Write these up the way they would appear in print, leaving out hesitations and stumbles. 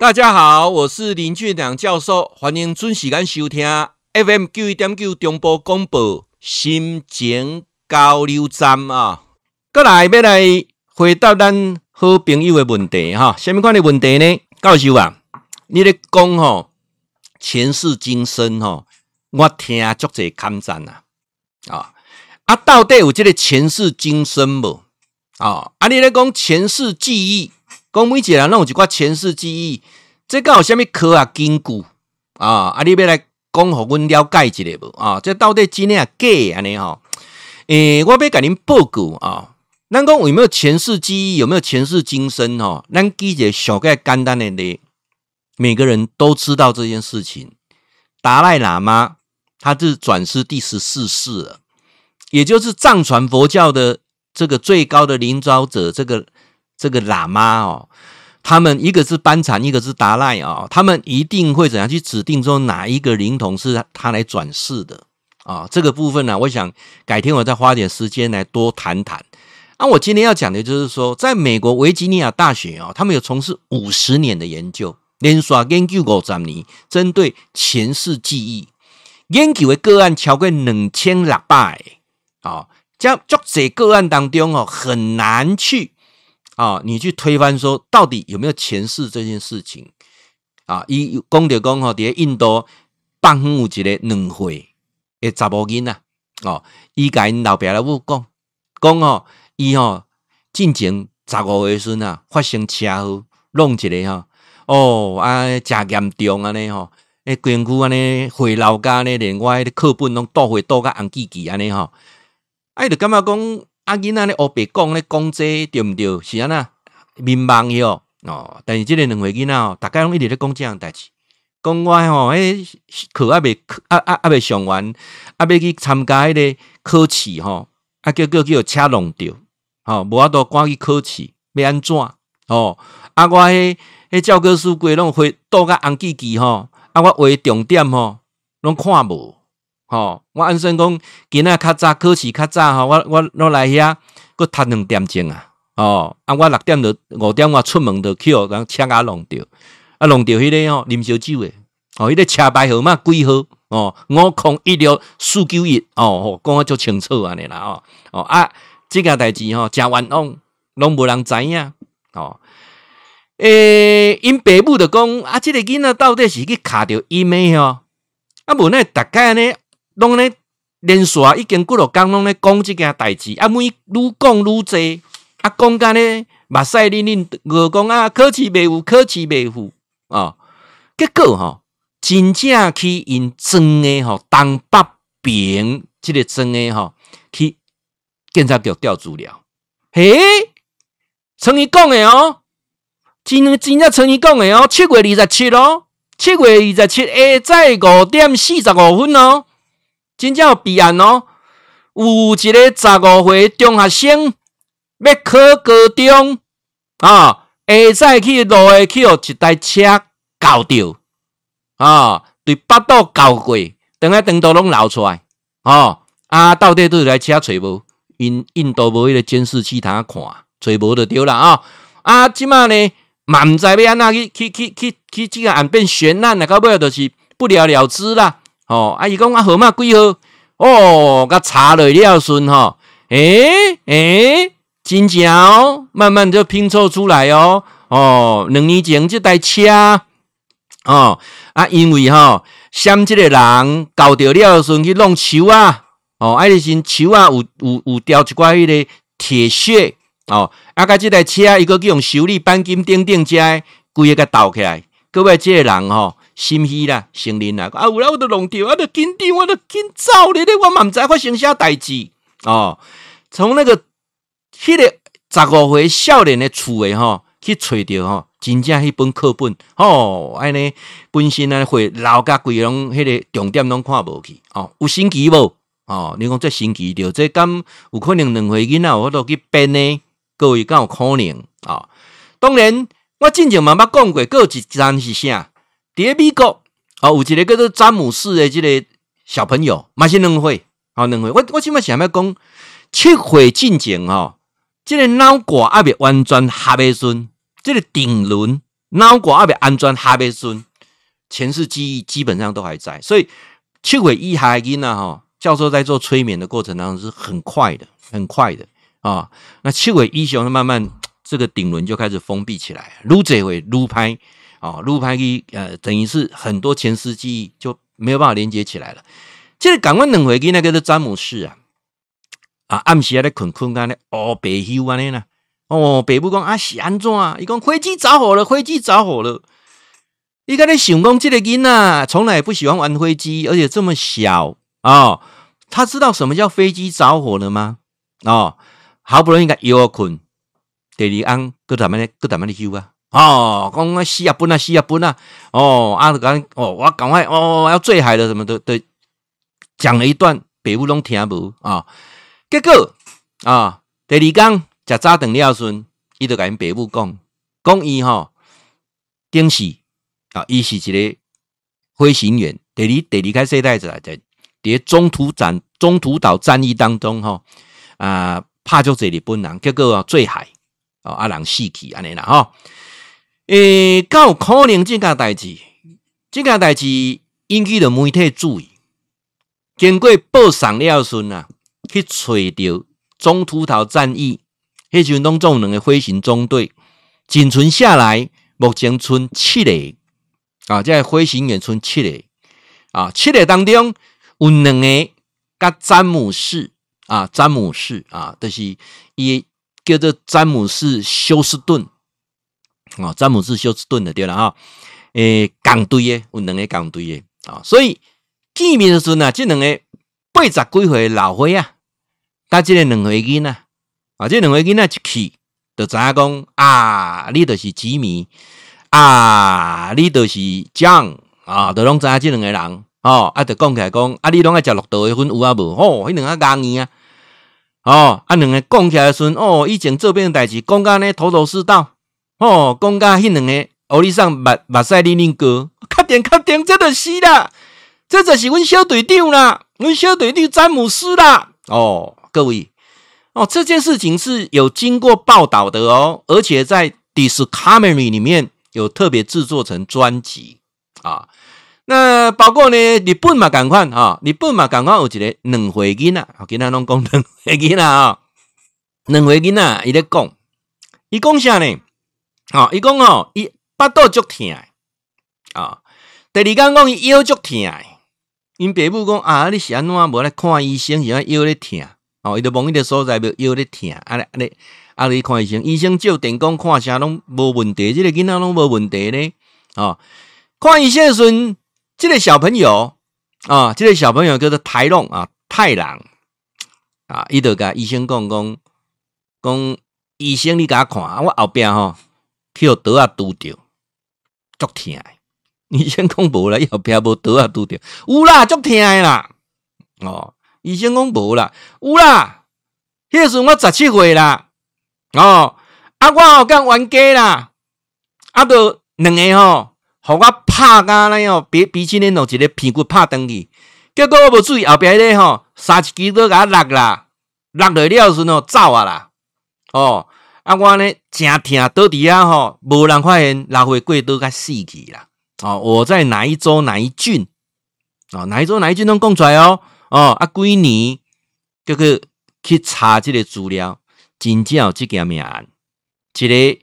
大家好，我是林俊良教授，欢迎准时间收听 FM 91.9中波广播心情交流站啊。再来要来回答咱好朋友的问题哈，什么款的问题呢？教授啊，你咧讲吼前世今生吼，我听足侪勘赞啊，到底有这个前世今生无？你咧讲前世记忆，讲每一个人拢有一寡前世记忆，这敢有啥物科学根据你要来讲，互阮了解一下无？这到底真诶假安尼吼？我要甲恁报告咱讲有没有前世记忆，有没有前世今生咱记一个上个简单的例，每个人都知道这件事情。达赖喇嘛他是转世第14世了，也就是藏传佛教的这个最高的领导者，这个喇嘛他们一个是班禅，一个是达赖他们一定会怎样去指定说哪一个灵童是他来转世的这个部分呢，我想改天我再花点时间来多谈谈。我今天要讲的就是说，在美国维吉尼亚大学他们有从事50年的研究，连续研究50年，针对前世记忆研究的个案超过2600个这足侪个案当中很难去你去推翻说到底有没有前世这件事情他讲到说在印度放远有一个2岁的查某囡仔他跟因老爸老母讲他进前15岁时阵发生车祸，弄一个真严重安尼规身躯安尼血流甲呢，连我的课本拢倒血倒甲红记记安尼伊就感觉讲囡仔咧黑白讲这对毋对？是安那迷茫去但是这个2岁囡仔大概拢一直咧讲这样代志，讲我课还未上完，要去参加迄个考试叫车弄掉无法度赶去考试，要安怎我迄教科书规拢会倒甲红记记我画重点拢看无我按算讲今仔较早考试较早我来遐佫读2点钟我6点就5点我出门就去人车甲弄掉弄掉迄个啉烧酒的迄个车牌号码几号5016491讲足清楚安尼啦这件代志真冤枉，拢无人知影因爸母就讲这个囡仔到底是去卡着伊妹无呢大概呢拢咧连续已经几落工拢咧讲这件代志愈讲愈济讲甲呢目屎淋讲考试袂赴结果真正去因庄的东北边这个庄的去警察局调资料，像伊讲的真正像伊讲的7月27下早5点45分真正有弊案有一个15岁中学生要考高中下早去路的去一台车搞掉对巴肚搞过，等到拢流出来到底对台车找无？因印度无迄个监视器通看，找无就对啦即马呢嘛毋知要安怎去这个案变悬案到尾就是不了了之啦伊讲号码几号甲查落了顺真正慢慢就拼凑出来2年前这台车因为闪这个人搞掉了顺去弄树就是树有掉一寡迄个铁屑甲这台车伊个去用修理钣金顶遮规个甲倒起来，各位这个人心虚啦，承认啦有啦我都弄掉就紧张我就紧走咧我嘛毋知发生啥代志从那个迄个15岁少年的厝的去找着真正迄本课本安尼本身会流甲规拢迄个重点拢看无去有神奇无你讲这神奇着，这敢有可能2岁囡仔有法度去编呢？各位敢有可能当然我之前嘛捌讲过，还有一件是啥？在美国有一个叫做詹姆士的这个小朋友，嘛是2岁2岁。我现在想要讲7岁进前这个脑瓜还未完全合的时阵，这个定轮脑瓜还没安全还没顺，前世记忆基本上都还在。所以7岁以下的囡仔哈，教授在做催眠的过程当中是很快的啊。那7岁以上慢慢这个顶轮就开始封闭起来，愈这会愈拍啊，愈拍去等于是很多前世记忆就没有办法连接起来了。这个赶快2岁囡仔叫做詹姆士啊，暗时咧困干咧白休安尼啦。爸母讲啊是安怎啊？伊讲飞机着火了。伊跟你想讲，这个囡仔从来不喜欢玩飞机，而且这么小他知道什么叫飞机着火了吗？好不容易甲摇困，第2暗搁淡仔咧休啊。讲死啊本啊，就讲我赶快要坠海了什么的讲了一段，爸母拢听无结果第2天食早顿了顺，伊就甲因爸母讲伊顶世伊是一个飞行员。第二开世代在中途岛战役当中拍足侪日本人，结果坠海人死去安尼啦敢有可能这件代志引起了媒体注意，经过报送了顺去找到中途岛战役。迄时阵拢总有2个飞行中队，仅存下来，目前剩7个这飞行员剩7个7个当中有2个甲詹姆士就是伊叫做詹姆士休斯顿詹姆士休斯顿就对了港队的有2个港队的所以见面的时候这2个80几岁的老伙甲这个2岁囡仔这2个囡仔一去，就知影讲你就是吉米你就是江就拢知影这2个人就讲起来讲你拢爱食绿豆的粉有无？迄2个硬硬2个讲起来的时阵以前做边的代志讲到呢头头是道讲到迄2个欧里上目屎淋哥，确定这就是啦，这就是阮小队长啦，阮小队长詹姆斯啦各位。这件事情是有经过报道的而且在 Discovery 里面有特别制作成专辑那包括呢日本嘛同款日本嘛同款有一个2岁囡仔今仔拢讲2岁囡仔2岁囡仔伊咧讲，伊讲啥呢伊讲伊巴肚足痛第2天讲伊腰足痛因爸母讲你是安怎无来看医生，是安腰咧痛伊就问迄个所在腰咧痛你看医生，医生照电工看啥拢无问题，这个囡仔拢无问题呢看医生的时阵，这个小朋友叫做太郎伊就甲医生讲医生你甲我看我后壁去互刀拄着足痛医生讲无啦，伊后壁无刀拄着有啦足痛的啦医生讲无啦，有啦，迄个时阵我17岁啦，我敢冤家啦，就2个互我拍甲那鼻青脸红一个屁股拍转去，结果我无注意后壁迄个三一支刀甲我落啦，落落了时阵走啦，我呢真痛，倒伫遐无人发现老岁过刀甲死去啦，我在哪一州哪一郡哪一州哪一郡拢讲出来几年就去查这个资料，真正有这件命案，一个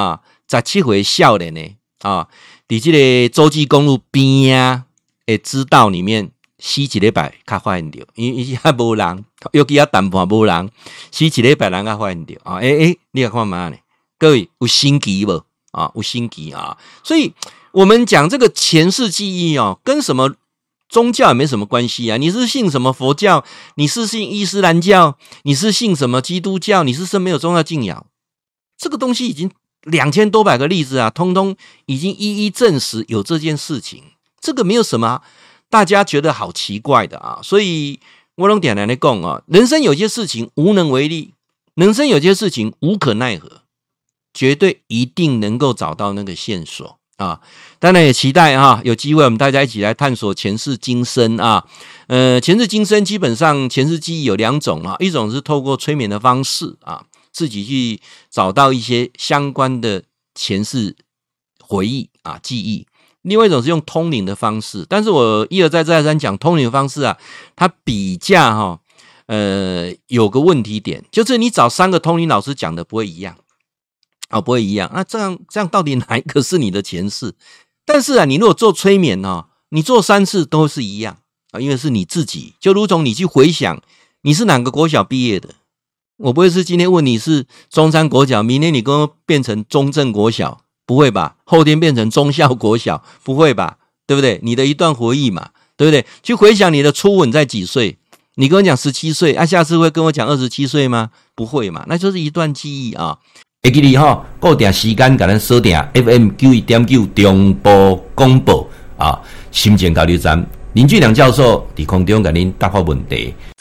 17岁少年呢在这个洲际公路边的支道里面死一礼拜才发现到，因为遐无人，尤其遐淡薄无人，死一礼拜人才发现到你来看嘛呢？各位有神奇无有神奇所以我们讲这个前世记忆跟什么宗教也没什么关系你是信什么佛教，你是信伊斯兰教，你是信什么基督教，你是没有宗教信仰，这个东西已经2000多百个例子通通已经一一证实有这件事情，这个没有什么大家觉得好奇怪的所以我拢点来讲人生有些事情无能为力，人生有些事情无可奈何，绝对一定能够找到那个线索当然也期待有机会我们大家一起来探索前世今生前世今生基本上前世记忆有2种一种是透过催眠的方式自己去找到一些相关的前世回忆啊记忆，另外一种是用通灵的方式。但是我一而再再而三讲通灵的方式啊，它比较有个问题点，就是你找3个通灵老师讲的不会一样。不会一样。那这样到底哪一个是你的前世？但是啊，你如果做催眠你做3次都是一样因为是你自己，就如同你去回想你是哪个国小毕业的，我不会是今天问你是中山国小，明天你跟我变成中正国小，不会吧？后天变成中校国小，不会吧？对不对？你的一段回忆嘛，对不对？去回想你的初吻在几岁，你跟我讲17岁下次会跟我讲27岁吗？不会嘛，那就是一段记忆啊。会记你固定时间给咱锁定 FM 91.9中波广播心情交流站，林俊良教授在空中给您答复问题。